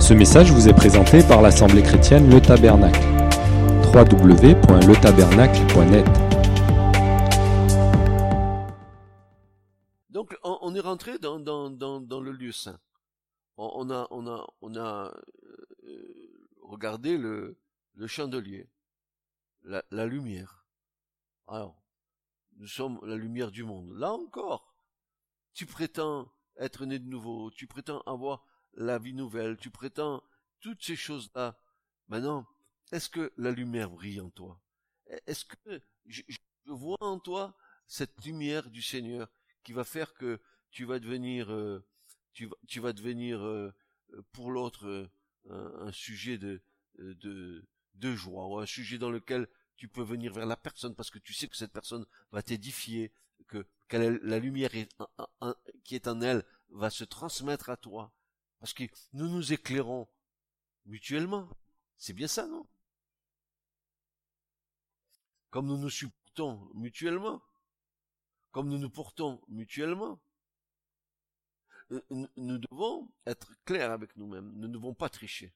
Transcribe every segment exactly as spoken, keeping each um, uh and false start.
Ce message vous est présenté par l'Assemblée chrétienne Le Tabernacle. w w w point le tabernacle point net. Donc on, on est rentré dans, dans, dans, dans le lieu saint. On, on a, on a, on a euh, regardé le, le chandelier, la, la lumière. Alors, nous sommes la lumière du monde. Là encore, tu prétends être né de nouveau, tu prétends avoir la vie nouvelle, tu prétends toutes ces choses-là. Maintenant, est-ce que la lumière brille en toi? Est-ce que je, je vois en toi cette lumière du Seigneur qui va faire que tu vas devenir, euh, tu, vas, tu vas devenir euh, pour l'autre euh, un, un sujet de, de, de joie, ou un sujet dans lequel tu peux venir vers la personne parce que tu sais que cette personne va t'édifier, que, que la, la lumière est, un, un, qui est en elle va se transmettre à toi. Parce que nous nous éclairons mutuellement. C'est bien ça, non? Comme nous nous supportons mutuellement. Comme nous nous portons mutuellement. Nous devons être clairs avec nous-mêmes. Nous ne devons pas tricher.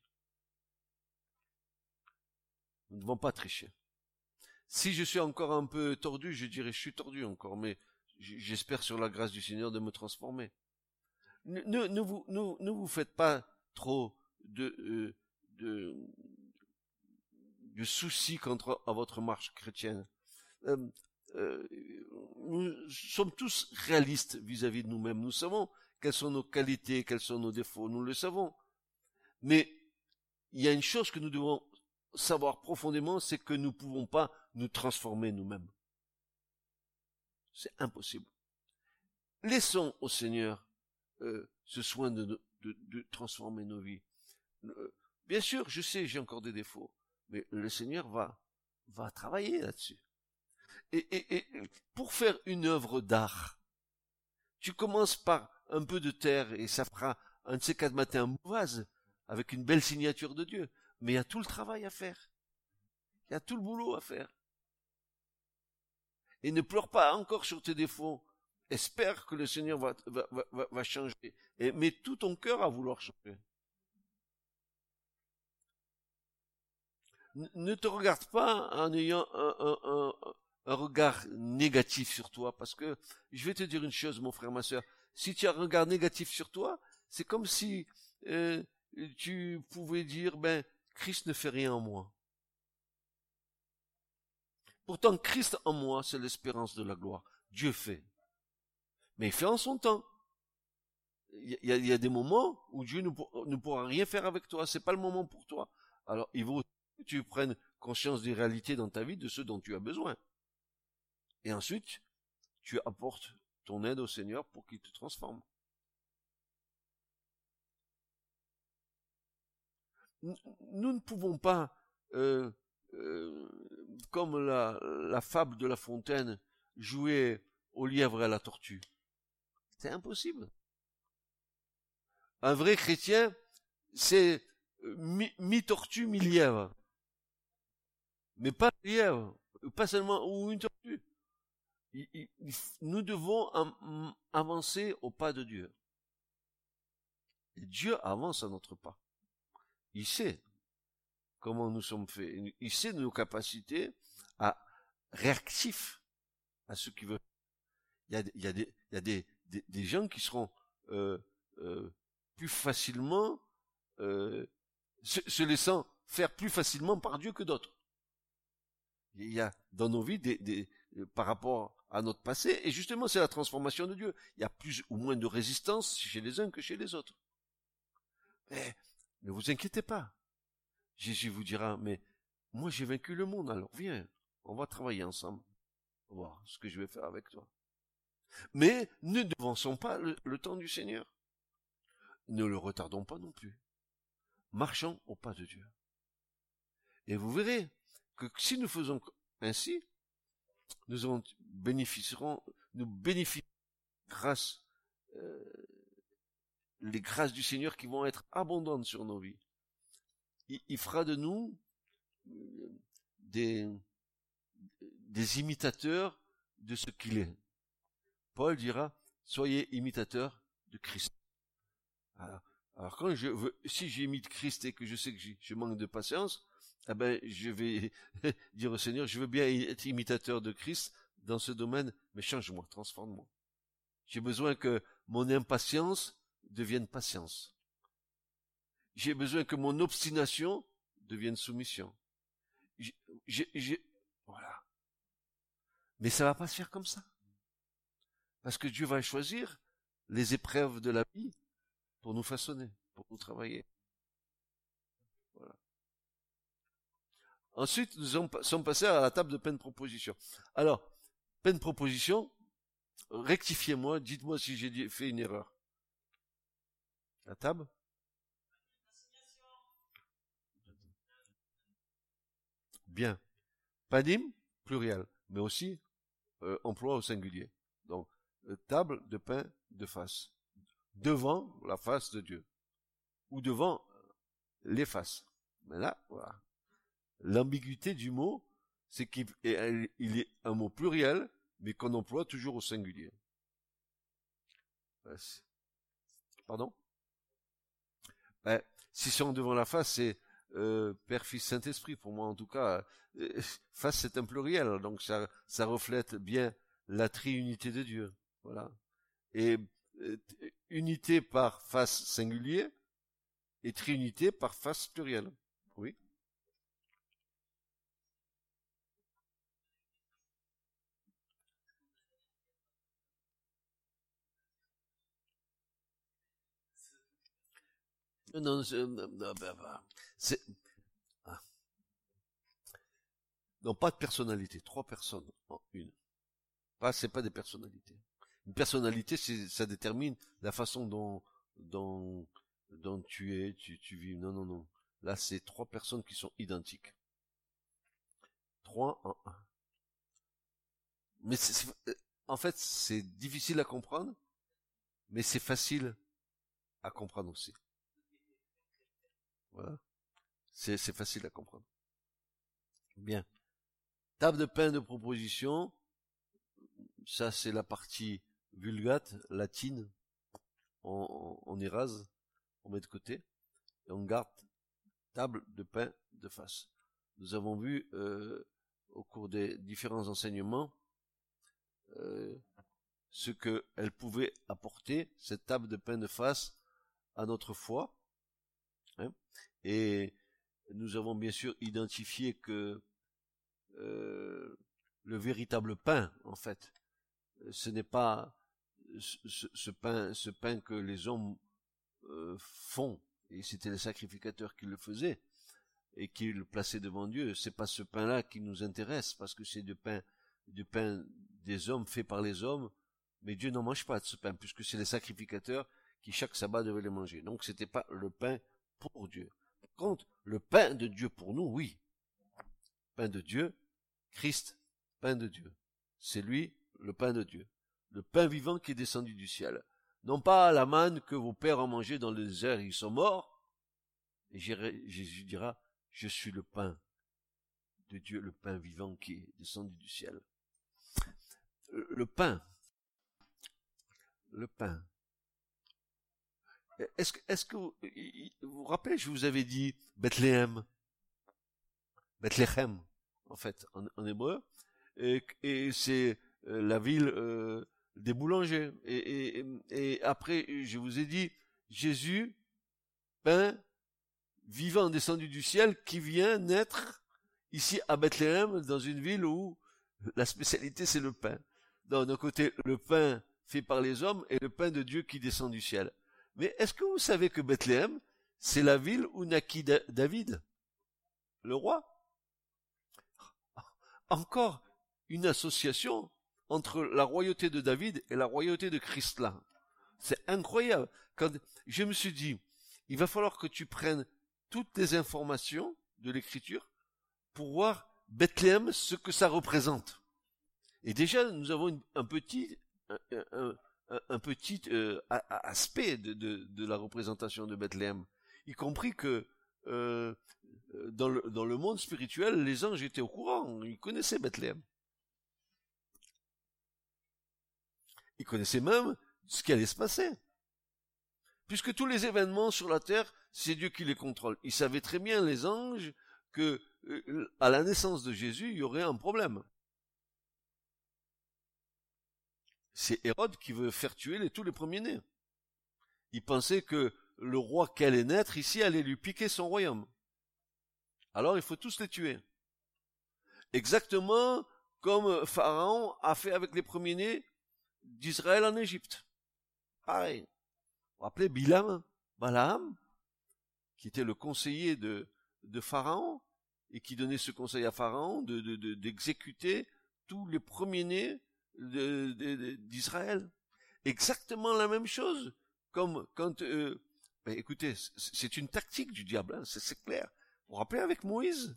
Nous ne devons pas tricher. Si je suis encore un peu tordu, je dirais je suis tordu encore, mais j'espère sur la grâce du Seigneur de me transformer. Ne, ne, ne, vous, ne, ne vous faites pas trop de, euh, de, de soucis contre à votre marche chrétienne. Euh, euh, nous sommes tous réalistes vis-à-vis de nous-mêmes. Nous savons quelles sont nos qualités, quels sont nos défauts, nous le savons. Mais il y a une chose que nous devons savoir profondément, c'est que nous ne pouvons pas nous transformer nous-mêmes. C'est impossible. Laissons au Seigneur Euh, ce soin de, de, de transformer nos vies. Euh, bien sûr, je sais, j'ai encore des défauts, mais le Seigneur va, va travailler là-dessus. Et, et, et pour faire une œuvre d'art, tu commences par un peu de terre et ça fera un de ces quatre matins un vase avec une belle signature de Dieu. Mais il y a tout le travail à faire. Il y a tout le boulot à faire. Et ne pleure pas encore sur tes défauts. Espère que le Seigneur va, va, va, va changer. Et mets tout ton cœur à vouloir changer. Ne te regarde pas en ayant un, un, un, un regard négatif sur toi. Parce que je vais te dire une chose, mon frère, ma soeur. Si tu as un regard négatif sur toi, c'est comme si euh, tu pouvais dire, ben, Christ ne fait rien en moi. Pourtant, Christ en moi, c'est l'espérance de la gloire. Dieu fait. Mais il fait en son temps. Il y a, il y a des moments où Dieu ne, ne pourra rien faire avec toi. C'est pas le moment pour toi. Alors, il vaut que tu prennes conscience des réalités dans ta vie, de ce dont tu as besoin. Et ensuite, tu apportes ton aide au Seigneur pour qu'il te transforme. Nous, nous ne pouvons pas, euh, euh, comme la, la fable de La Fontaine, jouer au lièvre et à la tortue. C'est impossible. Un vrai chrétien, c'est mi-tortue, mi-lièvre. Mais pas lièvre, pas seulement ou une tortue. Il, il, nous devons am, avancer au pas de Dieu. Et Dieu avance à notre pas. Il sait comment nous sommes faits. Il sait nos capacités à réactifs à ce qu'il veut. Il y a, il y a, des, il y a des, des, des gens qui seront euh, euh, plus facilement euh, se, se laissant faire plus facilement par Dieu que d'autres. Il y a dans nos vies des, des, par rapport à notre passé, et justement c'est la transformation de Dieu. Il y a plus ou moins de résistance chez les uns que chez les autres. Mais ne vous inquiétez pas. Jésus vous dira, mais moi j'ai vaincu le monde, alors viens, on va travailler ensemble. On va voir ce que je vais faire avec toi. Mais ne devançons pas le, le temps du Seigneur. Ne le retardons pas non plus. Marchons au pas de Dieu. Et vous verrez que si nous faisons ainsi, nous en bénéficierons, nous bénéficierons grâce, euh, les grâces du Seigneur qui vont être abondantes sur nos vies. Il, il fera de nous des, des imitateurs de ce qu'il est. Paul dira, soyez imitateurs de Christ. Alors, Alors quand je veux, si j'imite Christ et que je sais que je manque de patience, eh ben je vais dire au Seigneur, je veux bien être imitateur de Christ dans ce domaine, mais change-moi, transforme-moi. J'ai besoin que mon impatience devienne patience. J'ai besoin que mon obstination devienne soumission. J'ai, j'ai, j'ai, voilà. Mais ça va pas se faire comme ça. Parce que Dieu va choisir les épreuves de la vie pour nous façonner, pour nous travailler. Voilà. Ensuite, nous sommes passés à la table de peine proposition. Alors, peine proposition, rectifiez-moi, dites-moi si j'ai fait une erreur. La table? Bien. Panim, pluriel, mais aussi euh, emploi au singulier. Donc, euh, table de pain de face. Devant la face de Dieu. Ou devant les faces. Mais là, voilà. L'ambiguïté du mot, c'est qu'il est un mot pluriel, mais qu'on emploie toujours au singulier. Pardon? Ben, si c'est devant la face, c'est euh, Père, Fils, Saint-Esprit. Pour moi, en tout cas, euh, face c'est un pluriel, donc ça, ça reflète bien la triunité de Dieu. Voilà. Et euh, unité par face singulier et triunité par face plurielle. Oui. Non, c'est ah. Non, pas de personnalité. Trois personnes en une. Pas, c'est pas des personnalités. Une personnalité, c'est, ça détermine la façon dont, dont, dont tu es, tu, tu vis. Non, non, non. Là, c'est trois personnes qui sont identiques. Trois en un. Mais c'est, c'est, en fait, c'est difficile à comprendre, mais c'est facile à comprendre aussi. Voilà. C'est, c'est facile à comprendre. Bien. Table de pain de proposition. Ça, c'est la partie vulgate, latine. On, on, on érase, on met de côté, et on garde table de pain de face. Nous avons vu euh, au cours des différents enseignements euh, ce qu'elle pouvait apporter, cette table de pain de face, à notre foi. Hein, et nous avons bien sûr identifié que euh, le véritable pain, en fait, ce n'est pas ce, ce pain, ce pain que les hommes euh, font, et c'était les sacrificateurs qui le faisaient, et qui le plaçaient devant Dieu. C'est pas ce pain-là qui nous intéresse, parce que c'est du pain, du pain des hommes fait par les hommes, mais Dieu n'en mange pas de ce pain, puisque c'est les sacrificateurs qui chaque sabbat devaient le manger. Donc c'était pas le pain pour Dieu. Par contre, le pain de Dieu pour nous, oui. Pain de Dieu, Christ, pain de Dieu. C'est lui, le pain de Dieu. Le pain vivant qui est descendu du ciel. Non pas la manne que vos pères ont mangé dans le désert, ils sont morts. Et Jésus dira, je suis le pain de Dieu, le pain vivant qui est descendu du ciel. Le pain. Le pain. Est-ce que, est-ce que vous, vous vous rappelez, je vous avais dit Bethléem. Bethléem, en fait, en, en hébreu. Et, et c'est la ville euh, des boulangers. Et, et, et après, je vous ai dit, Jésus, pain vivant descendu du ciel, qui vient naître ici à Bethléem, dans une ville où la spécialité c'est le pain. D'un côté, le pain fait par les hommes et le pain de Dieu qui descend du ciel. Mais est-ce que vous savez que Bethléem, c'est la ville où naquit David, le roi? Encore une association entre la royauté de David et la royauté de Christ là. C'est incroyable. Quand je me suis dit, il va falloir que tu prennes toutes les informations de l'écriture pour voir Bethléem, ce que ça représente. Et déjà, nous avons une, un petit, un, un, un, un petit euh, aspect de, de, de la représentation de Bethléem, y compris que euh, dans, le, dans le monde spirituel, les anges étaient au courant, ils connaissaient Bethléem. Ils connaissaient même ce qui allait se passer. Puisque tous les événements sur la terre, c'est Dieu qui les contrôle. Ils savaient très bien, les anges, que euh, à la naissance de Jésus, il y aurait un problème. C'est Hérode qui veut faire tuer les, tous les premiers-nés. Il pensait que le roi qui allait naître ici allait lui piquer son royaume. Alors il faut tous les tuer. Exactement comme Pharaon a fait avec les premiers-nés d'Israël en Égypte. Pareil. Vous vous rappelez Bilam, Balaam, qui était le conseiller de, de Pharaon, et qui donnait ce conseil à Pharaon de, de, de, d'exécuter tous les premiers-nés de, de, de, d'Israël. Exactement la même chose, comme quand... Euh, ben écoutez, c'est une tactique du diable, hein, c'est, c'est clair. Vous vous rappelez avec Moïse?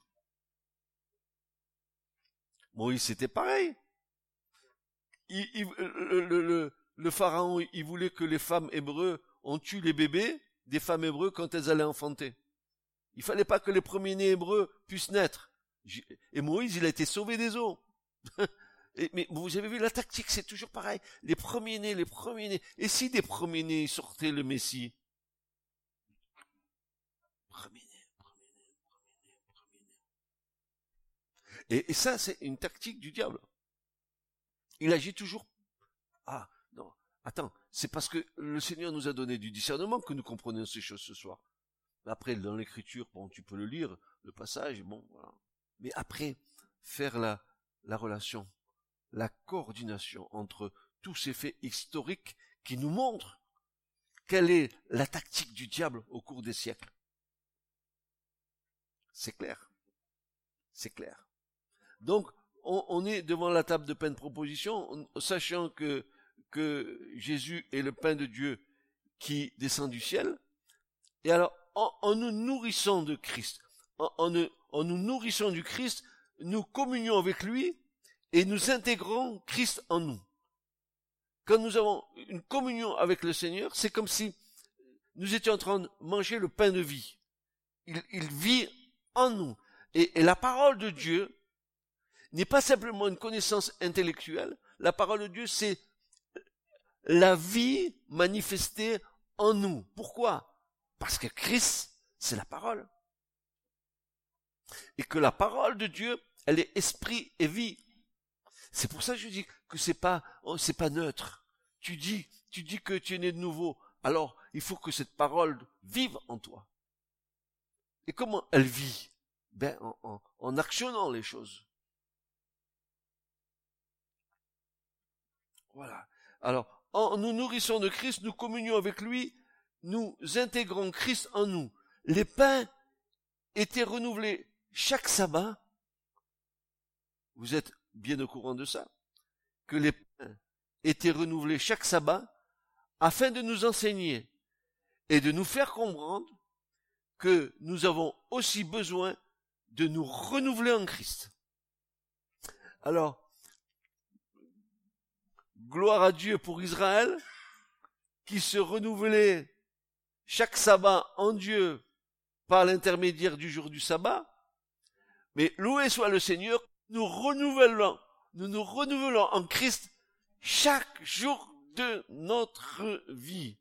Moïse, c'était pareil. Il, il, le, le, le, le pharaon, il voulait que les femmes hébreux, on tue les bébés des femmes hébreux quand elles allaient enfanter. Il fallait pas que les premiers-nés hébreux puissent naître. Et Moïse, il a été sauvé des eaux. Et, mais vous avez vu, la tactique, c'est toujours pareil. Les premiers-nés, les premiers-nés. Et si des premiers-nés sortaient le Messie? Premiers-nés, premiers-nés, premiers-nés, premiers-nés. Et, et ça, c'est une tactique du diable. Il agit toujours. Ah, non, attends, c'est parce que le Seigneur nous a donné du discernement que nous comprenons ces choses ce soir. Après, dans l'écriture, bon, tu peux le lire, le passage, bon, voilà. Mais après, faire la, la relation, la coordination entre tous ces faits historiques qui nous montrent quelle est la tactique du diable au cours des siècles. C'est clair. C'est clair. Donc, on, on est devant la table de pain de proposition, on, sachant que, que Jésus est le pain de Dieu qui descend du ciel. Et alors, en, en nous nourrissant de Christ, en, en, en nous nourrissant du Christ, nous communions avec lui et nous intégrons Christ en nous. Quand nous avons une communion avec le Seigneur, c'est comme si nous étions en train de manger le pain de vie. Il, il vit en nous. Et, et la parole de Dieu n'est pas simplement une connaissance intellectuelle. La parole de Dieu, c'est la vie manifestée en nous. Pourquoi? Parce que Christ, c'est la parole. Et que la parole de Dieu, elle est esprit et vie. C'est pour ça que je dis que c'est pas, oh, c'est pas neutre. Tu dis, tu dis que tu es né de nouveau. Alors, il faut que cette parole vive en toi. Et comment elle vit? Ben, en, en, en actionnant les choses. Voilà. Alors, en nous nourrissant de Christ, nous communions avec lui, nous intégrons Christ en nous. Les pains étaient renouvelés chaque sabbat. Vous êtes bien au courant de ça, que les pains étaient renouvelés chaque sabbat afin de nous enseigner et de nous faire comprendre que nous avons aussi besoin de nous renouveler en Christ. Alors, gloire à Dieu pour Israël, qui se renouvelait chaque sabbat en Dieu par l'intermédiaire du jour du sabbat. Mais loué soit le Seigneur, nous renouvelons, nous nous renouvelons en Christ chaque jour de notre vie.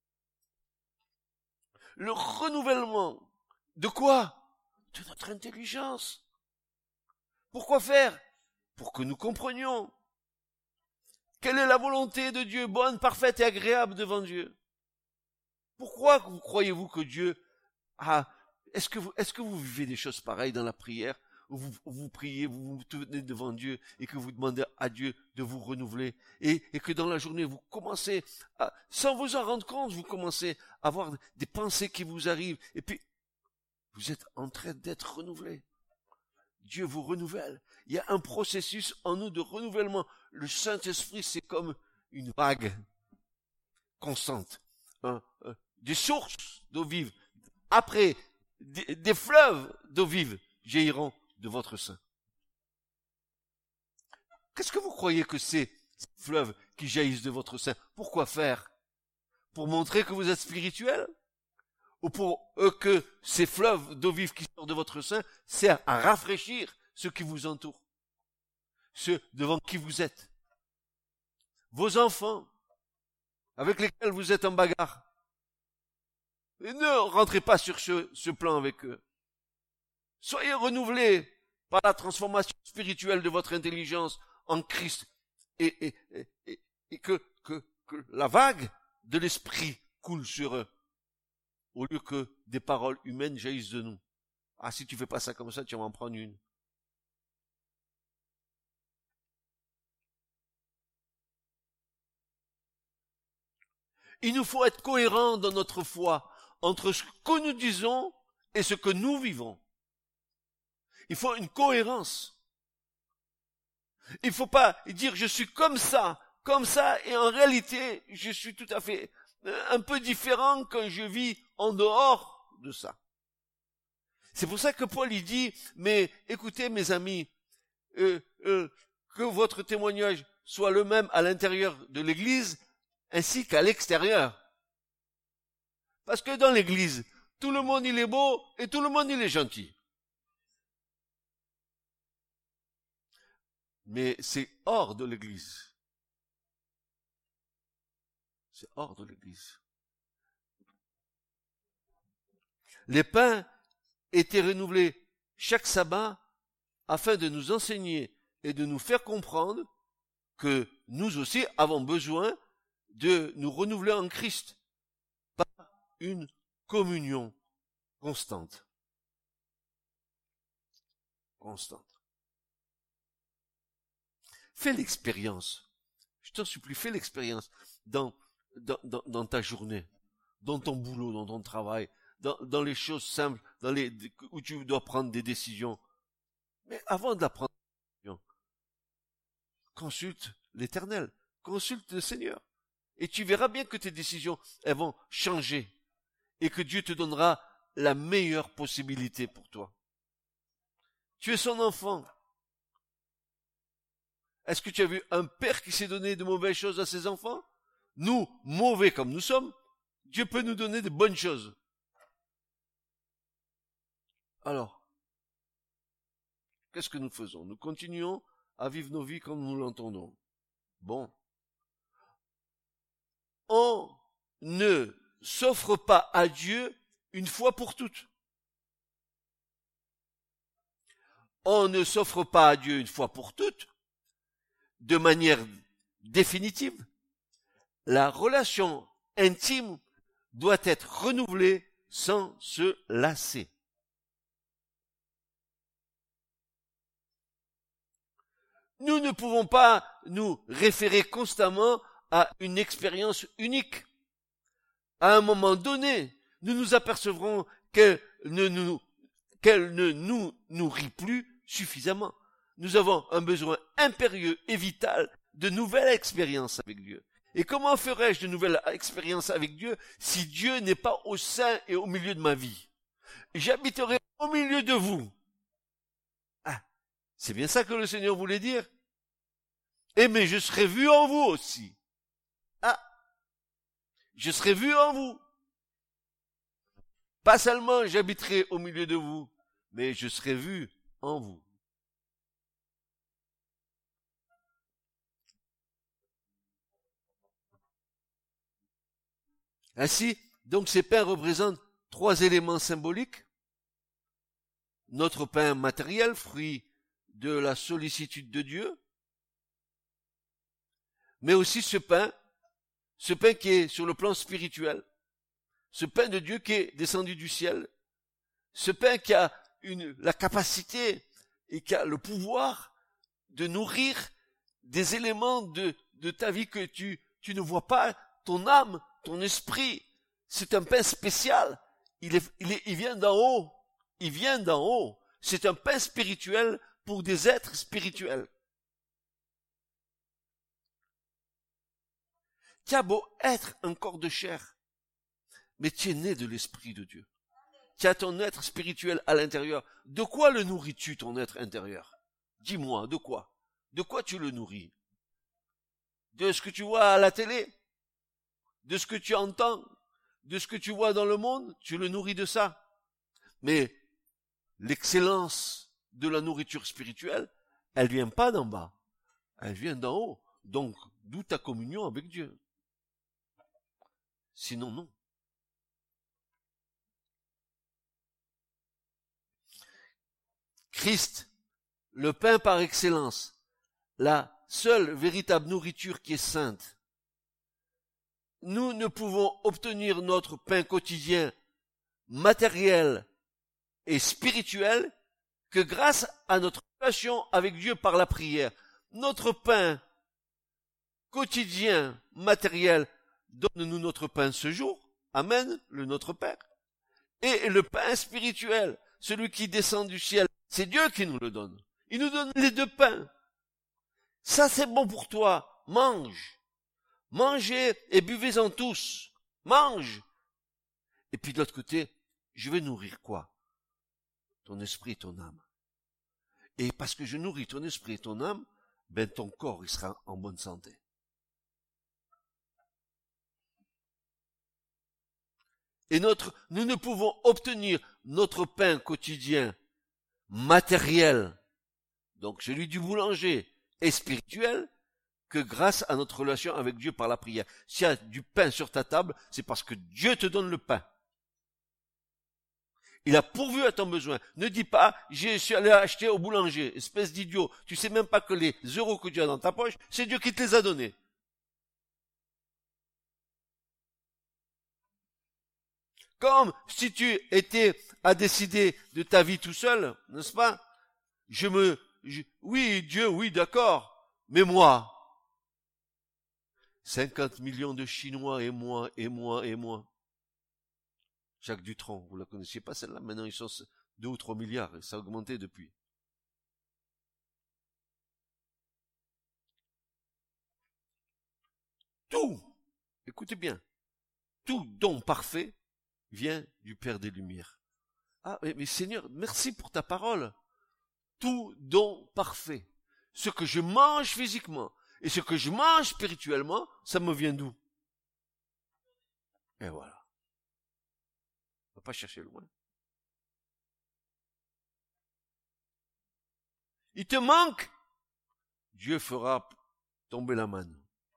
Le renouvellement de quoi? De notre intelligence. Pourquoi faire? Pour que nous comprenions quelle est la volonté de Dieu, bonne, parfaite et agréable devant Dieu. Pourquoi vous croyez-vous que Dieu a... Est-ce que vous, est-ce que vous vivez des choses pareilles dans la prière, où vous, où vous priez, vous vous tenez devant Dieu et que vous demandez à Dieu de vous renouveler, et, et que dans la journée vous commencez, à, sans vous en rendre compte, vous commencez à avoir des pensées qui vous arrivent, et puis vous êtes en train d'être renouvelé. Dieu vous renouvelle. Il y a un processus en nous de renouvellement. Le Saint-Esprit, c'est comme une vague constante. Hein, hein, des sources d'eau vive. Après, des, des fleuves d'eau vive jailliront de votre sein. Qu'est-ce que vous croyez que c'est, ces fleuves qui jaillissent de votre sein? Pourquoi faire? Pour montrer que vous êtes spirituel? Ou pour euh, que ces fleuves d'eau vive qui sortent de votre sein servent à rafraîchir ceux qui vous entourent, ceux devant qui vous êtes, vos enfants, avec lesquels vous êtes en bagarre, Ne rentrez pas sur ce, ce plan avec eux. Soyez renouvelés par la transformation spirituelle de votre intelligence en Christ et, et, et, et, et que, que, que la vague de l'esprit coule sur eux au lieu que des paroles humaines jaillissent de nous. Ah, si tu fais pas ça comme ça, tu vas en prendre une. Il nous faut être cohérents dans notre foi entre ce que nous disons et ce que nous vivons. Il faut une cohérence. Il ne faut pas dire je suis comme ça, comme ça, et en réalité, je suis tout à fait un peu différent quand je vis en dehors de ça. C'est pour ça que Paul il dit, mais écoutez mes amis, euh, euh, que votre témoignage soit le même à l'intérieur de l'Église ainsi qu'à l'extérieur. Parce que dans l'Église, tout le monde il est beau et tout le monde il est gentil. Mais c'est hors de l'Église. C'est hors de l'Église. Les pains étaient renouvelés chaque sabbat afin de nous enseigner et de nous faire comprendre que nous aussi avons besoin de nous renouveler en Christ par une communion constante. Constante. Fais l'expérience. Je t'en supplie, fais l'expérience dans, dans, dans, dans ta journée, dans ton boulot, dans ton travail, dans, dans les choses simples, dans les, où tu dois prendre des décisions. Mais avant de la prendre, consulte l'Éternel, consulte le Seigneur. Et tu verras bien que tes décisions, elles vont changer. Et que Dieu te donnera la meilleure possibilité pour toi. Tu es son enfant. Est-ce que tu as vu un père qui s'est donné de mauvaises choses à ses enfants? Nous, mauvais comme nous sommes, Dieu peut nous donner de bonnes choses. Alors, qu'est-ce que nous faisons? Nous continuons à vivre nos vies comme nous l'entendons. Bon. On ne s'offre pas à Dieu une fois pour toutes. On ne s'offre pas à Dieu une fois pour toutes, de manière définitive. La relation intime doit être renouvelée sans se lasser. Nous ne pouvons pas nous référer constamment à une expérience unique. À un moment donné, nous nous apercevrons qu'elle ne nous, qu'elle ne nous nourrit plus suffisamment. Nous avons un besoin impérieux et vital de nouvelles expériences avec Dieu. Et comment ferais-je de nouvelles expériences avec Dieu si Dieu n'est pas au sein et au milieu de ma vie? J'habiterai au milieu de vous. Ah, c'est bien ça que le Seigneur voulait dire. Eh mais je serai vu en vous aussi. Ah, je serai vu en vous. Pas seulement j'habiterai au milieu de vous, mais je serai vu en vous. Ainsi, donc ces pains représentent trois éléments symboliques. Notre pain matériel, fruit de la sollicitude de Dieu, mais aussi ce pain, ce pain qui est sur le plan spirituel, ce pain de Dieu qui est descendu du ciel, ce pain qui a une, la capacité et qui a le pouvoir de nourrir des éléments de, de ta vie que tu, tu ne vois pas, ton âme, ton esprit. C'est un pain spécial. Il, est, il, est, il vient d'en haut. Il vient d'en haut. C'est un pain spirituel pour des êtres spirituels. Tu as beau être un corps de chair, mais tu es né de l'Esprit de Dieu. Tu as ton être spirituel à l'intérieur. De quoi le nourris-tu, ton être intérieur? Dis-moi, de quoi? De quoi tu le nourris? De ce que tu vois à la télé? De ce que tu entends? De ce que tu vois dans le monde? Tu le nourris de ça. Mais l'excellence de la nourriture spirituelle, elle vient pas d'en bas. Elle vient d'en haut. Donc, d'où ta communion avec Dieu. Sinon, non. Christ, le pain par excellence, la seule véritable nourriture qui est sainte. Nous ne pouvons obtenir notre pain quotidien, matériel et spirituel que grâce à notre relation avec Dieu par la prière. Notre pain quotidien, matériel, donne-nous notre pain ce jour. Amen, le Notre Père. Et le pain spirituel, celui qui descend du ciel, c'est Dieu qui nous le donne. Il nous donne les deux pains. Ça, c'est bon pour toi. Mange. Mangez et buvez-en tous. Mange. Et puis de l'autre côté, je vais nourrir quoi? Ton esprit et ton âme. Et parce que je nourris ton esprit et ton âme, ben ton corps, il sera en bonne santé. Et notre, nous ne pouvons obtenir notre pain quotidien, matériel, donc celui du boulanger, et spirituel, que grâce à notre relation avec Dieu par la prière. S'il y a du pain sur ta table, c'est parce que Dieu te donne le pain. Il a pourvu à ton besoin. Ne dis pas, je suis allé acheter au boulanger, espèce d'idiot. Tu sais même pas que les euros que tu as dans ta poche, c'est Dieu qui te les a donnés. Comme si tu étais à décider de ta vie tout seul, n'est-ce pas? Je me, je, oui, Dieu, oui, d'accord, mais moi, cinquante millions de Chinois et moi, et moi, et moi. Jacques Dutronc, vous la connaissiez pas celle-là? Maintenant ils sont deux ou trois milliards, et ça a augmenté depuis. Tout, écoutez bien, tout don parfait vient du Père des Lumières. Ah, mais, mais Seigneur, merci pour ta parole. Tout don parfait. Ce que je mange physiquement et ce que je mange spirituellement, ça me vient d'où? Et voilà. On va pas chercher loin. Il te manque, Dieu fera tomber la manne.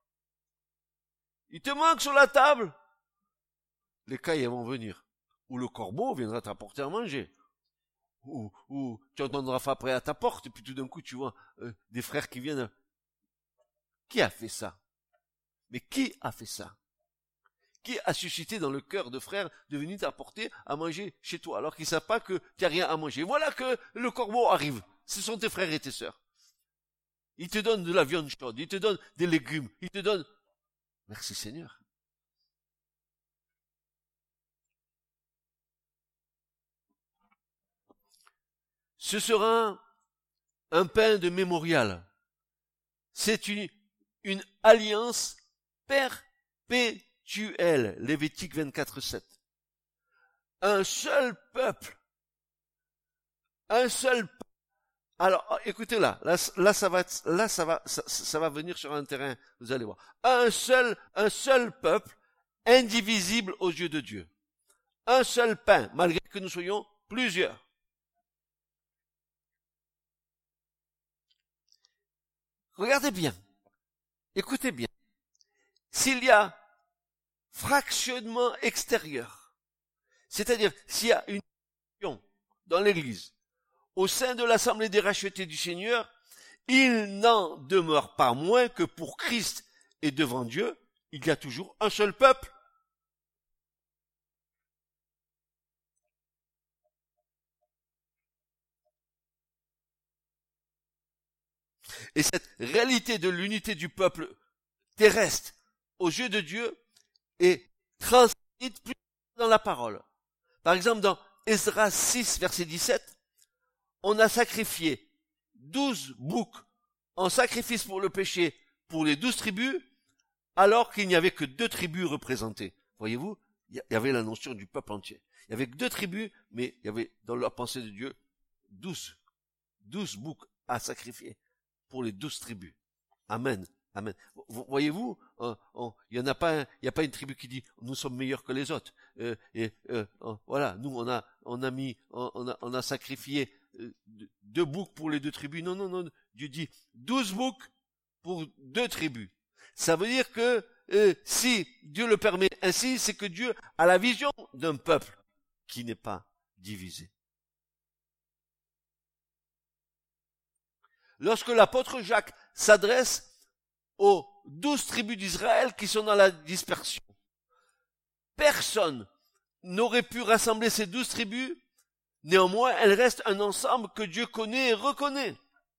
Il te manque sur la table, les cailles vont venir. Ou le corbeau viendra t'apporter à manger. Ou, ou tu entendras frapper à ta porte, et puis tout d'un coup tu vois euh, des frères qui viennent. Qui a fait ça? Mais qui a fait ça? Qui a suscité dans le cœur de frères de venir t'apporter à manger chez toi, alors qu'ils ne savent pas que tu n'as rien à manger? Voilà que le corbeau arrive. Ce sont tes frères et tes sœurs. Ils te donnent de la viande chaude, ils te donnent des légumes, ils te donnent... Merci Seigneur. Ce sera un pain de mémorial. C'est une, une alliance perpétuelle. Lévitique vingt-quatre sept. Un seul peuple. Un seul peuple. Alors, écoutez là, là, là ça va, là ça va, ça, ça va venir sur un terrain. Vous allez voir. Un seul, un seul peuple, indivisible aux yeux de Dieu. Un seul pain, malgré que nous soyons plusieurs. Regardez bien, écoutez bien. S'il y a fractionnement extérieur, c'est-à-dire s'il y a une union dans l'Église, au sein de l'Assemblée des rachetés du Seigneur, il n'en demeure pas moins que pour Christ et devant Dieu, il y a toujours un seul peuple. Et cette réalité de l'unité du peuple terrestre aux yeux de Dieu est transcrite plus dans la parole. Par exemple, dans Esdras six, verset dix-sept, on a sacrifié douze boucs en sacrifice pour le péché pour les douze tribus, alors qu'il n'y avait que deux tribus représentées. Voyez-vous, il y avait la notion du peuple entier. Il y avait que deux tribus, mais il y avait dans la pensée de Dieu douze, douze boucs à sacrifier pour les douze tribus. Amen. Amen. Voyez-vous, il n'y en a pas, il n'y a pas une tribu qui dit nous sommes meilleurs que les autres. Euh, et euh, voilà, nous on a, on a mis, on a, on a sacrifié deux boucs pour les deux tribus. Non, non, non. Dieu dit douze boucs pour deux tribus. Ça veut dire que euh, si Dieu le permet ainsi, c'est que Dieu a la vision d'un peuple qui n'est pas divisé. lorsque l'apôtre Jacques s'adresse aux douze tribus d'Israël qui sont dans la dispersion. Personne n'aurait pu rassembler ces douze tribus, néanmoins elles restent un ensemble que Dieu connaît et reconnaît.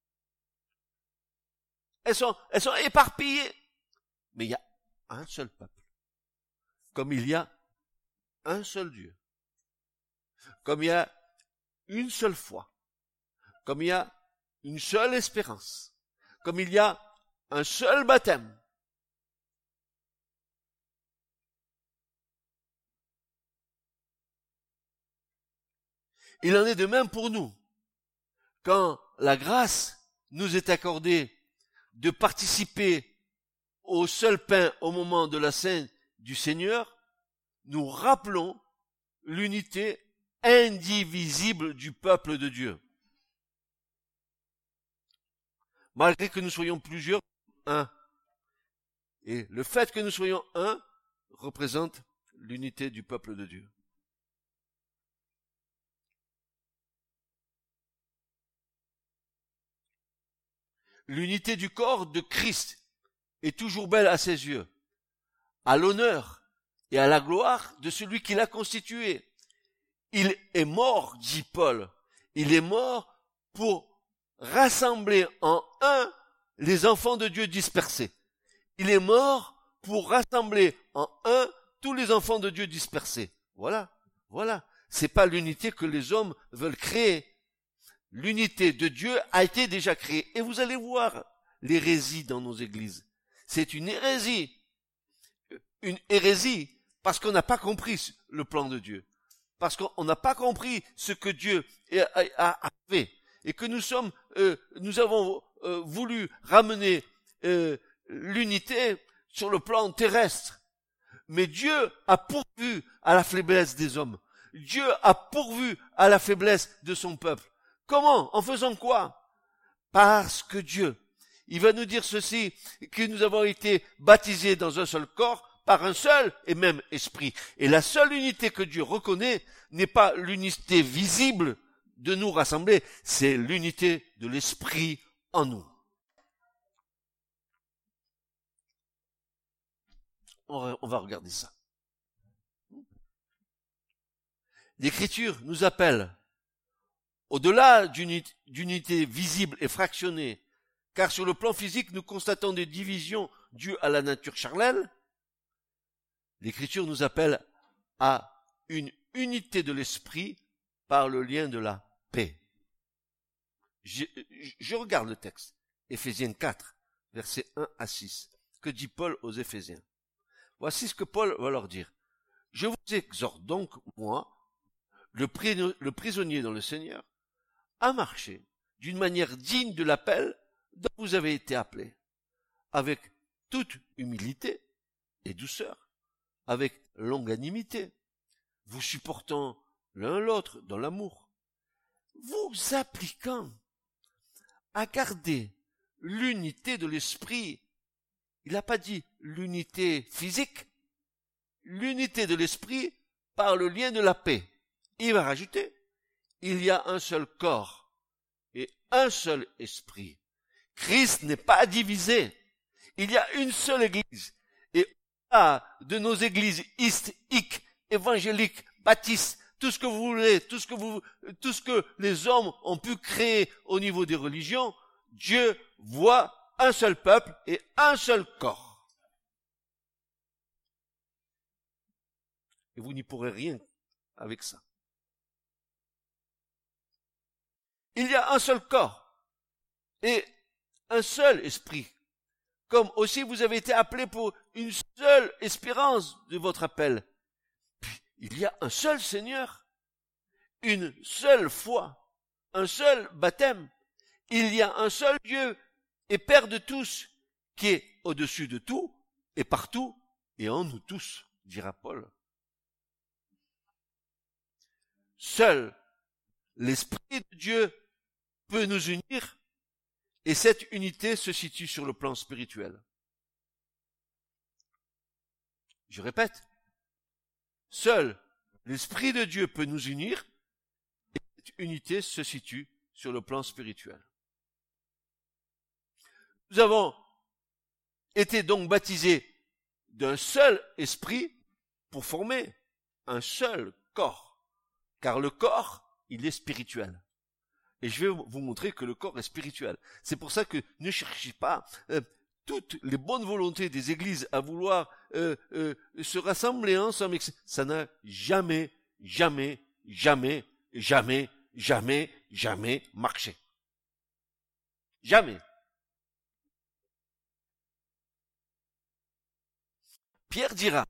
Elles sont, elles sont éparpillées, mais il y a un seul peuple, comme il y a un seul Dieu, comme il y a une seule foi, comme il y a une seule espérance, comme il y a un seul baptême. Il en est de même pour nous. Quand la grâce nous est accordée de participer au seul pain au moment de la Sainte du Seigneur, nous rappelons l'unité indivisible du peuple de Dieu. Malgré que nous soyons plusieurs, un. Et le fait que nous soyons un représente l'unité du peuple de Dieu. L'unité du corps de Christ est toujours belle à ses yeux, à l'honneur et à la gloire de celui qui l'a constitué. Il est mort, dit Paul, il est mort pour rassembler en un les enfants de Dieu dispersés. Il est mort pour rassembler en un tous les enfants de Dieu dispersés. Voilà, voilà. C'est pas l'unité que les hommes veulent créer. L'unité de Dieu a été déjà créée. Et vous allez voir l'hérésie dans nos églises. C'est une hérésie. Une hérésie parce qu'on n'a pas compris le plan de Dieu. Parce qu'on n'a pas compris ce que Dieu a fait. Et que nous sommes, euh, nous avons euh, voulu ramener euh, l'unité sur le plan terrestre. Mais Dieu a pourvu à la faiblesse des hommes. Dieu a pourvu à la faiblesse de son peuple. Comment? En faisant quoi? Parce que Dieu, il va nous dire ceci, que nous avons été baptisés dans un seul corps, par un seul et même esprit. Et la seule unité que Dieu reconnaît n'est pas l'unité visible de nous rassembler, c'est l'unité de l'esprit en nous. On va regarder ça. L'Écriture nous appelle, au-delà d'une unité visible et fractionnée, car sur le plan physique, nous constatons des divisions dues à la nature charnelle, l'Écriture nous appelle à une unité de l'esprit par le lien de la paix. Je, je regarde le texte, Éphésiens quatre, versets un à six. Que dit Paul aux Éphésiens? Voici ce que Paul va leur dire. Je vous exhorte donc, moi, le, pris, le prisonnier dans le Seigneur, à marcher d'une manière digne de l'appel dont vous avez été appelés, avec toute humilité et douceur, avec longanimité, vous supportant l'un l'autre dans l'amour, vous appliquant à garder l'unité de l'esprit. Il n'a pas dit l'unité physique, l'unité de l'esprit par le lien de la paix. Il va rajouter, il y a un seul corps et un seul esprit. Christ n'est pas divisé. Il y a une seule église. Et au-delà de nos églises histiques, évangéliques, baptistes, tout ce que vous voulez, tout ce que vous, tout ce que les hommes ont pu créer au niveau des religions, Dieu voit un seul peuple et un seul corps. Et vous n'y pourrez rien avec ça. Il y a un seul corps et un seul esprit. Comme aussi vous avez été appelés pour une seule espérance de votre appel. Puis, il y a un seul Seigneur, une seule foi, un seul baptême. Il y a un seul Dieu et Père de tous, qui est au-dessus de tout et partout et en nous tous, dira Paul. Seul l'Esprit de Dieu peut nous unir et cette unité se situe sur le plan spirituel. Je répète, seul l'Esprit de Dieu peut nous unir et cette unité se situe sur le plan spirituel. Nous avons été donc baptisés d'un seul esprit pour former un seul corps. Car le corps, il est spirituel. Et je vais vous montrer que le corps est spirituel. C'est pour ça que ne cherchez pas euh, toutes les bonnes volontés des églises à vouloir euh, euh, se rassembler ensemble. Ça n'a jamais, jamais, jamais, jamais, jamais, jamais marché. Jamais. Pierre dira,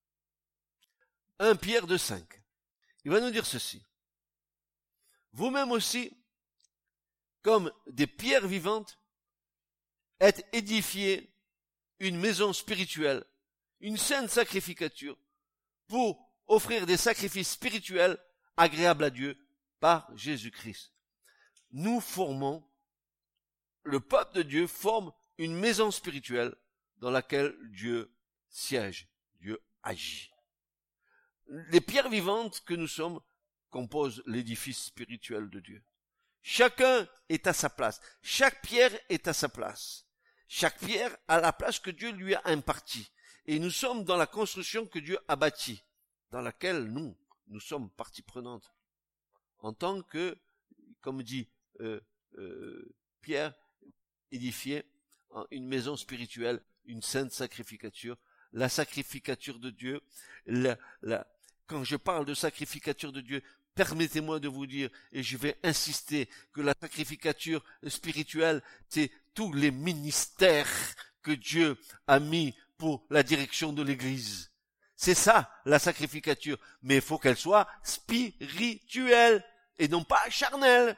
un Pierre de cinq, il va nous dire ceci. Vous-même aussi, comme des pierres vivantes, êtes édifiés une maison spirituelle, une sainte sacrificature, pour offrir des sacrifices spirituels agréables à Dieu par Jésus-Christ. Nous formons, le peuple de Dieu forme une maison spirituelle dans laquelle Dieu siège, Dieu agit. Les pierres vivantes que nous sommes composent l'édifice spirituel de Dieu. Chacun est à sa place. Chaque pierre est à sa place. Chaque pierre a la place que Dieu lui a impartie. Et nous sommes dans la construction que Dieu a bâtie, dans laquelle nous, nous sommes partie prenante. En tant que, comme dit euh, euh, Pierre, édifier une maison spirituelle, une sainte sacrificature, la sacrificature de Dieu. La, la, quand je parle de sacrificature de Dieu, permettez-moi de vous dire, et je vais insister, que la sacrificature spirituelle, c'est tous les ministères que Dieu a mis pour la direction de l'Église. C'est ça, la sacrificature. Mais il faut qu'elle soit spirituelle et non pas charnelle.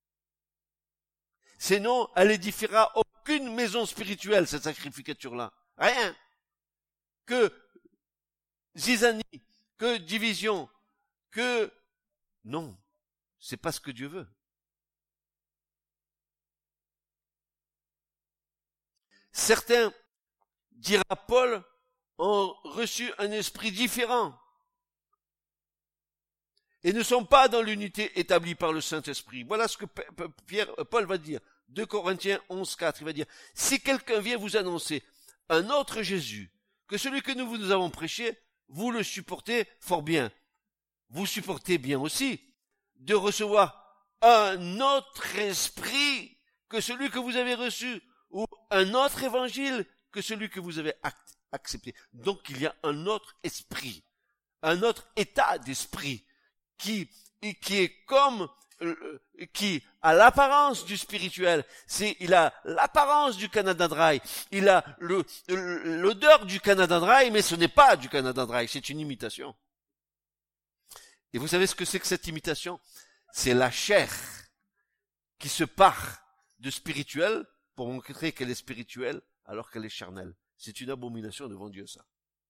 Sinon, elle édifiera aucune maison spirituelle, cette sacrificature-là. Rien. Que zizanie, que division, que... Non, c'est pas ce que Dieu veut. Certains, dira Paul, ont reçu un esprit différent et ne sont pas dans l'unité établie par le Saint-Esprit. Voilà ce que Pierre, Paul va dire. deux Corinthiens onze, quatre, il va dire, si quelqu'un vient vous annoncer un autre Jésus que celui que nous vous avons prêché, vous le supportez fort bien. Vous supportez bien aussi de recevoir un autre esprit que celui que vous avez reçu, ou un autre évangile que celui que vous avez accepté. Donc il y a un autre esprit, un autre état d'esprit qui, qui est comme, euh, qui a l'apparence du spirituel. C'est, il a l'apparence du Canada Dry, il a le, l'odeur du Canada Dry, mais ce n'est pas du Canada Dry, c'est une imitation. Et vous savez ce que c'est que cette imitation? C'est la chair qui se part de spirituel pour montrer qu'elle est spirituelle alors qu'elle est charnelle. C'est une abomination devant Dieu, ça.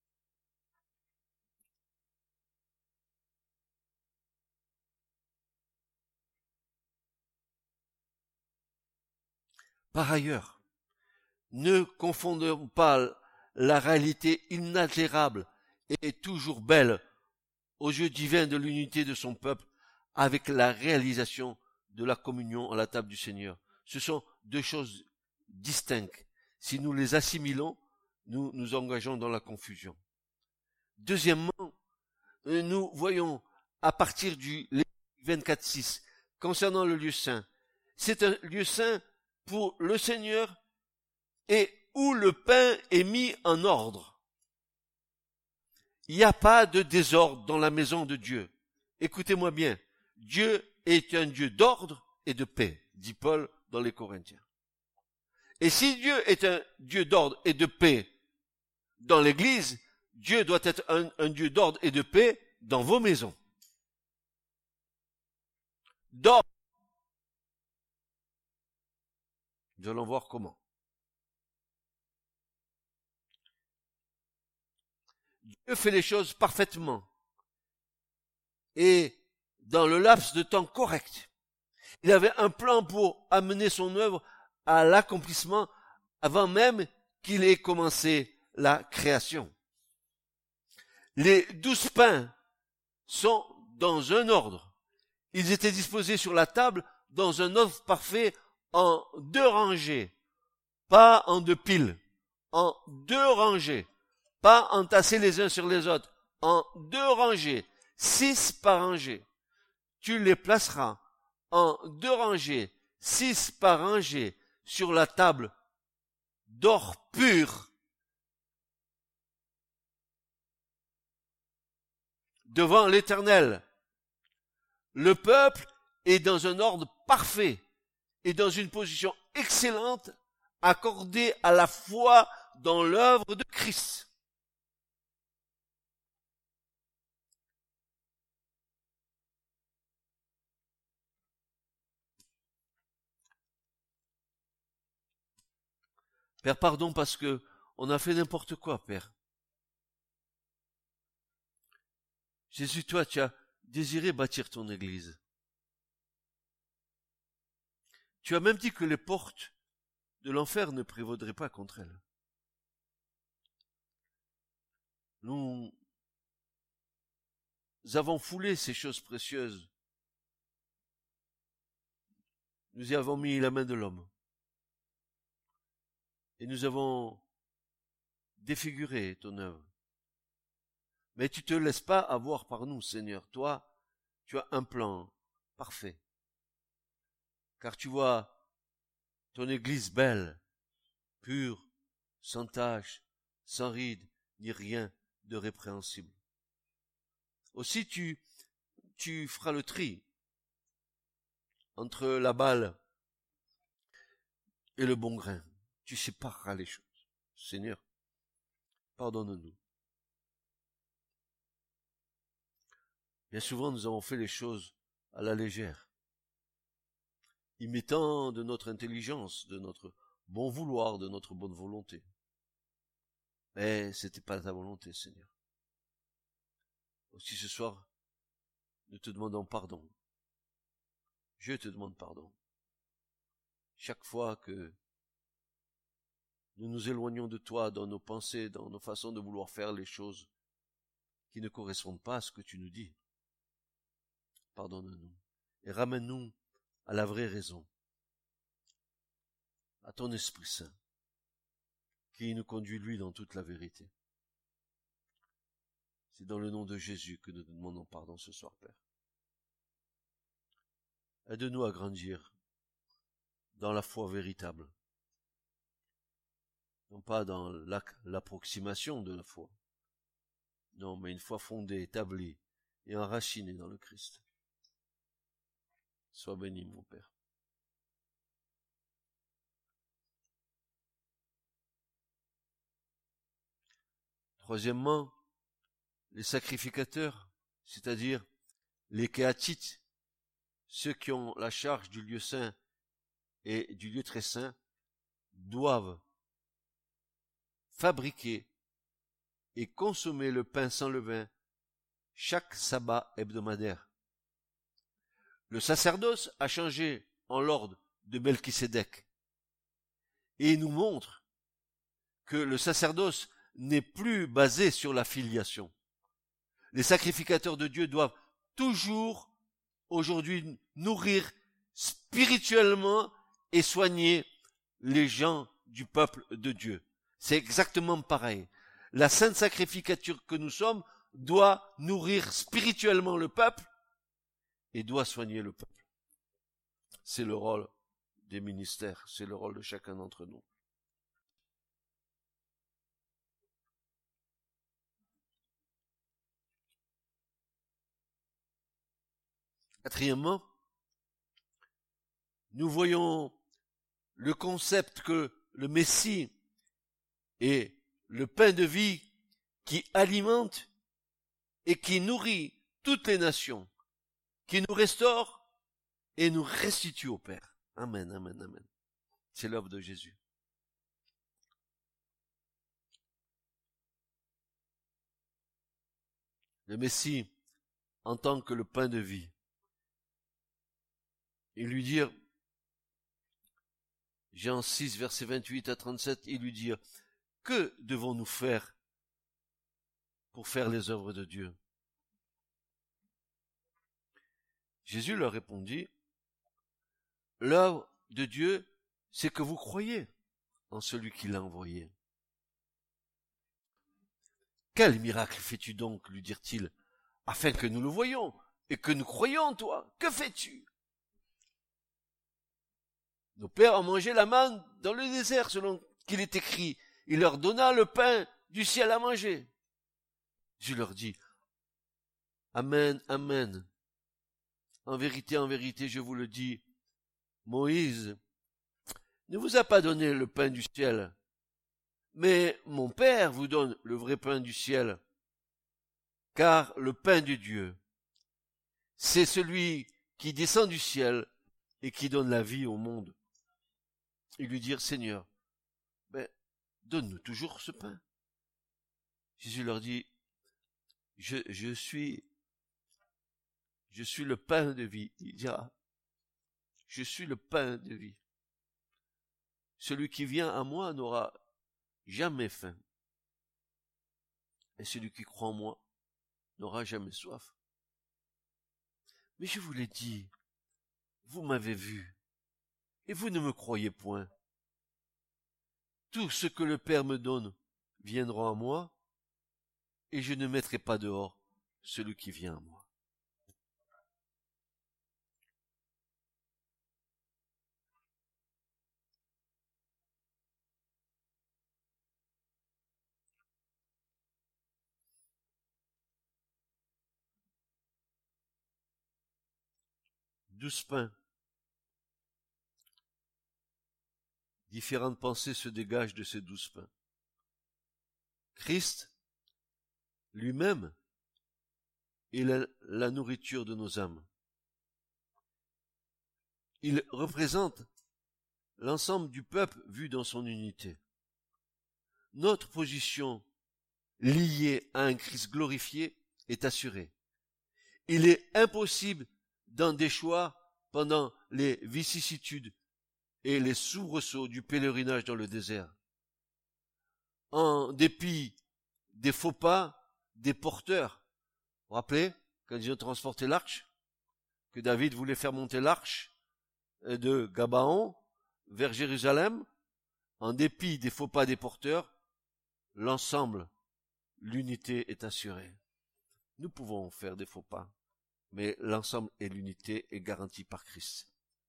Par ailleurs, ne confondons pas la réalité inaltérable et toujours belle aux yeux divins de l'unité de son peuple avec la réalisation de la communion à la table du Seigneur. Ce sont deux choses distinctes. Si nous les assimilons, nous nous engageons dans la confusion. Deuxièmement, nous voyons à partir du vingt-quatre six, concernant le lieu saint, c'est un lieu saint pour le Seigneur et où le pain est mis en ordre. Il n'y a pas de désordre dans la maison de Dieu. Écoutez-moi bien, Dieu est un Dieu d'ordre et de paix, dit Paul dans les Corinthiens. Et si Dieu est un Dieu d'ordre et de paix dans l'Église, Dieu doit être un, un Dieu d'ordre et de paix dans vos maisons. D'ordre. Nous allons voir comment. Dieu fait les choses parfaitement et dans le laps de temps correct. Il avait un plan pour amener son œuvre à l'accomplissement avant même qu'il ait commencé la création. Les douze pains sont dans un ordre. Ils étaient disposés sur la table dans un ordre parfait en deux rangées. pas en deux piles, en deux rangées, pas entassés les uns sur les autres, en deux rangées, six par rangée. Tu les placeras en deux rangées, six par rangée, sur la table d'or pur, devant l'Éternel. Le peuple est dans un ordre parfait et dans une position excellente accordée à la foi dans l'œuvre de Christ. Père, pardon parce que on a fait n'importe quoi, Père. Jésus, toi, tu as désiré bâtir ton Église. Tu as même dit que les portes de l'enfer ne prévaudraient pas contre elle. Nous avons foulé ces choses précieuses. Nous y avons mis la main de l'homme. Et nous avons défiguré ton œuvre. Mais tu te laisses pas avoir par nous, Seigneur. Toi, tu as un plan parfait. Car tu vois ton Église belle, pure, sans tache, sans ride, ni rien de répréhensible. Aussi tu, tu feras le tri entre la balle et le bon grain. Tu sépareras les choses. Seigneur, pardonne-nous. Bien souvent, nous avons fait les choses à la légère, y mettant de notre intelligence, de notre bon vouloir, de notre bonne volonté. Mais c'était pas ta volonté, Seigneur. Aussi ce soir, nous te demandons pardon. Je te demande pardon. Chaque fois que nous nous éloignons de toi dans nos pensées, dans nos façons de vouloir faire les choses qui ne correspondent pas à ce que tu nous dis, pardonne-nous et ramène-nous à la vraie raison, à ton Esprit Saint, qui nous conduit, lui, dans toute la vérité. C'est dans le nom de Jésus que nous te demandons pardon ce soir, Père. Aide-nous à grandir dans la foi véritable, non pas dans l'approximation de la foi, non, mais une foi fondée, établie et enracinée dans le Christ. Sois béni, mon Père. Troisièmement, les sacrificateurs, c'est-à-dire les kéhatites, ceux qui ont la charge du lieu saint et du lieu très saint, doivent fabriquer et consommer le pain sans levain chaque sabbat hebdomadaire. Le sacerdoce a changé en l'ordre de Melchisédek et il nous montre que le sacerdoce n'est plus basé sur la filiation. Les sacrificateurs de Dieu doivent toujours aujourd'hui nourrir spirituellement et soigner les gens du peuple de Dieu. C'est exactement pareil. La sainte sacrificature que nous sommes doit nourrir spirituellement le peuple et doit soigner le peuple. C'est le rôle des ministères, c'est le rôle de chacun d'entre nous. Quatrièmement, nous voyons le concept que le Messie est le pain de vie qui alimente et qui nourrit toutes les nations, qui nous restaure et nous restitue au Père. Amen, amen, amen. C'est l'œuvre de Jésus. Le Messie, en tant que le pain de vie, il lui dit, Jean six, versets vingt-huit à trente-sept, il lui dit, que devons-nous faire pour faire les œuvres de Dieu? Jésus leur répondit, l'œuvre de Dieu, c'est que vous croyez en celui qui l'a envoyé. Quel miracle fais-tu donc, lui dirent-ils, afin que nous le voyions et que nous croyions en toi? Que fais-tu? Nos pères ont mangé la manne dans le désert, selon qu'il est écrit. Il leur donna le pain du ciel à manger. Je leur dis, Amen, Amen. En vérité, en vérité, je vous le dis, Moïse ne vous a pas donné le pain du ciel, mais mon Père vous donne le vrai pain du ciel, car le pain de Dieu, c'est celui qui descend du ciel et qui donne la vie au monde. Ils lui dirent, Seigneur, ben, donne-nous toujours ce pain. Jésus leur dit, je, je suis, je suis le pain de vie. Il dira, je suis le pain de vie. Celui qui vient à moi n'aura jamais faim. Et celui qui croit en moi n'aura jamais soif. Mais je vous l'ai dit, vous m'avez vu, et vous ne me croyez point. Tout ce que le Père me donne viendra à moi, et je ne mettrai pas dehors celui qui vient à moi. Douze pains. Différentes pensées se dégagent de ces douze pains. Christ, lui-même, est la, la nourriture de nos âmes. Il représente l'ensemble du peuple vu dans son unité. Notre position liée à un Christ glorifié est assurée. Il est impossible d'en déchoir pendant les vicissitudes et les soubresauts du pèlerinage dans le désert. En dépit des faux pas des porteurs. Vous vous rappelez, quand ils ont transporté l'arche, que David voulait faire monter l'arche de Gabaon vers Jérusalem, en dépit des faux pas des porteurs, l'ensemble, l'unité est assurée. Nous pouvons faire des faux pas, mais l'ensemble et l'unité est garantie par Christ.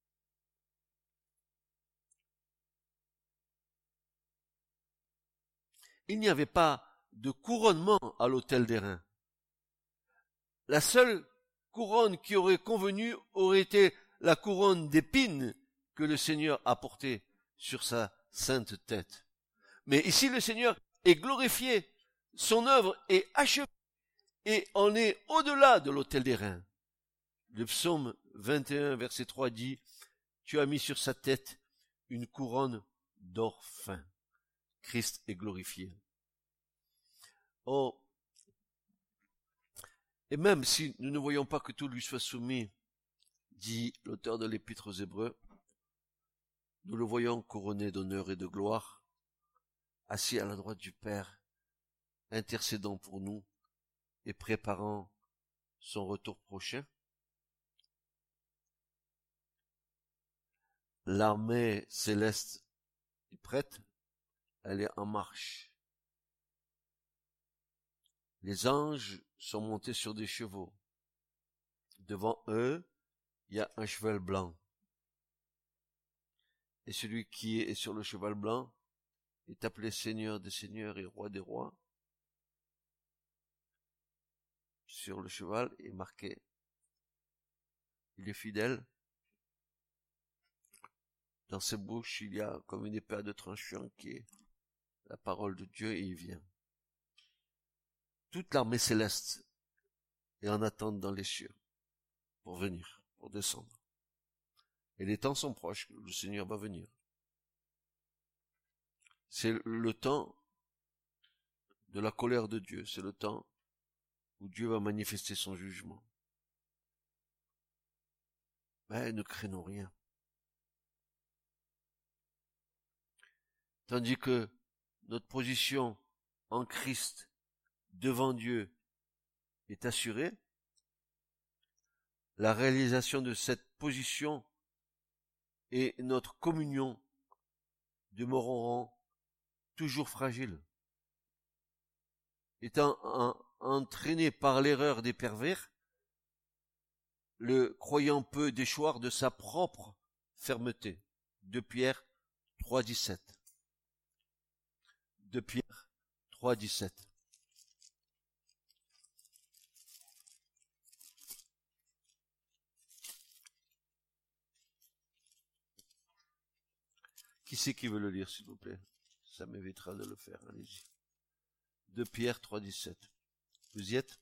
Il n'y avait pas de couronnement à l'autel d'airain. La seule couronne qui aurait convenu aurait été la couronne d'épines que le Seigneur a portée sur sa sainte tête. Mais ici le Seigneur est glorifié, son œuvre est achevée et on est au-delà de l'autel d'airain. Le psaume vingt et un verset trois dit, tu as mis sur sa tête une couronne d'or fin. Christ est glorifié. Oh, et même si nous ne voyons pas que tout lui soit soumis, dit l'auteur de l'Épître aux Hébreux, nous le voyons couronné d'honneur et de gloire, assis à la droite du Père, intercédant pour nous et préparant son retour prochain. L'armée céleste est prête, elle est en marche. Les anges sont montés sur des chevaux. Devant eux, il y a un cheval blanc. Et celui qui est sur le cheval blanc est appelé Seigneur des seigneurs et Roi des rois. Sur le cheval est marqué, il est fidèle. Dans ses bouches, il y a comme une épée à deux tranchants qui est la parole de Dieu et il vient. Toute l'armée céleste est en attente dans les cieux pour venir, pour descendre. Et les temps sont proches, le Seigneur va venir. C'est le temps de la colère de Dieu, c'est le temps où Dieu va manifester son jugement. Mais ne craignons rien. Tandis que notre position en Christ devant Dieu est assurée, la réalisation de cette position et notre communion demeureront toujours fragiles. Étant en, entraîné par l'erreur des pervers, le croyant peut déchoir de sa propre fermeté. deux Pierre trois dix-sept. deux Pierre trois dix-sept. Qui c'est qui veut le lire, s'il vous plaît? Ça m'évitera de le faire, allez-y. deux Pierre trois dix-sept. Vous y êtes?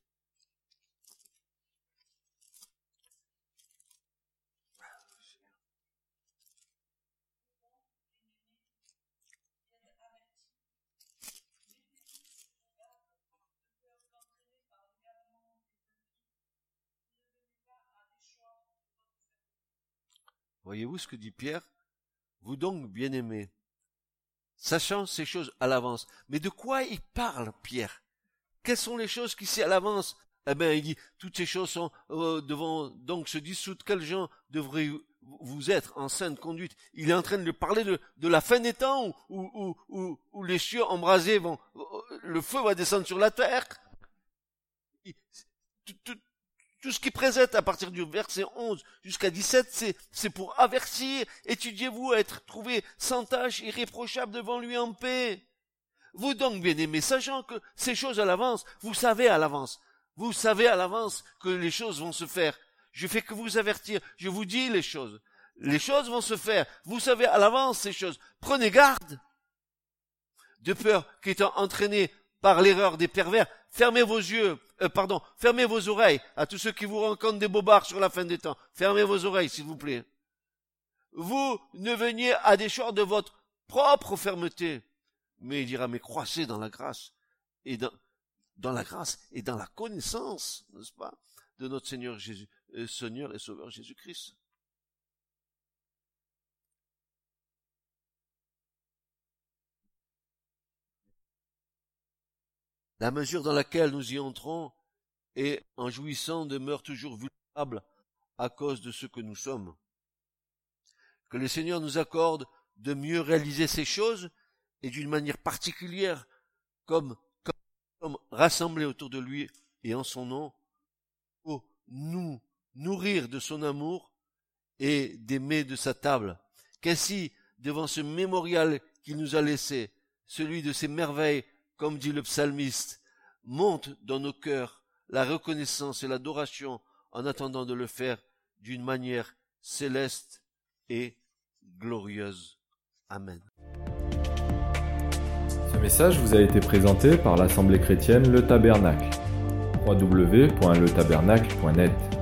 Voyez-vous ce que dit Pierre? Vous donc, bien-aimés, sachant ces choses à l'avance. Mais de quoi il parle, Pierre? Quelles sont les choses qui sait à l'avance? Eh bien, il dit, toutes ces choses sont euh, devant donc se dissoudre. Quels gens devraient vous être en sainte conduite? Il est en train de parler de, de la fin des temps où, où, où, où les cieux embrasés vont, le feu va descendre sur la terre. Il, tout, tout, Tout ce qui présente à partir du verset onze jusqu'à dix-sept, c'est, c'est pour avertir, étudiez-vous à être trouvé sans tâche, irréprochable devant lui en paix. Vous donc, bien-aimés, sachant que ces choses à l'avance, vous savez à l'avance, vous savez à l'avance que les choses vont se faire. Je fais que vous avertir, je vous dis les choses. Les choses vont se faire, vous savez à l'avance ces choses. Prenez garde, de peur qu'étant entraînés par l'erreur des pervers, fermez vos yeux, euh, pardon, fermez vos oreilles à tous ceux qui vous rencontrent des bobards sur la fin des temps. Fermez vos oreilles, s'il vous plaît. Vous ne veniez à déchoir de votre propre fermeté, mais il dira, mais croissez dans la grâce, et dans, dans la grâce et dans la connaissance, n'est-ce pas, de notre Seigneur Jésus, euh, Seigneur et Sauveur Jésus-Christ. La mesure dans laquelle nous y entrons et en jouissant demeure toujours vulnérable à cause de ce que nous sommes. Que le Seigneur nous accorde de mieux réaliser ces choses et d'une manière particulière comme, comme, comme rassemblés autour de lui et en son nom pour nous nourrir de son amour et d'aimer de sa table. Qu'ainsi, devant ce mémorial qu'il nous a laissé, celui de ses merveilles, comme dit le psalmiste, monte dans nos cœurs la reconnaissance et l'adoration en attendant de le faire d'une manière céleste et glorieuse. Amen. Ce message vous a été présenté par l'Assemblée chrétienne Le Tabernacle. w w w point le tabernacle point net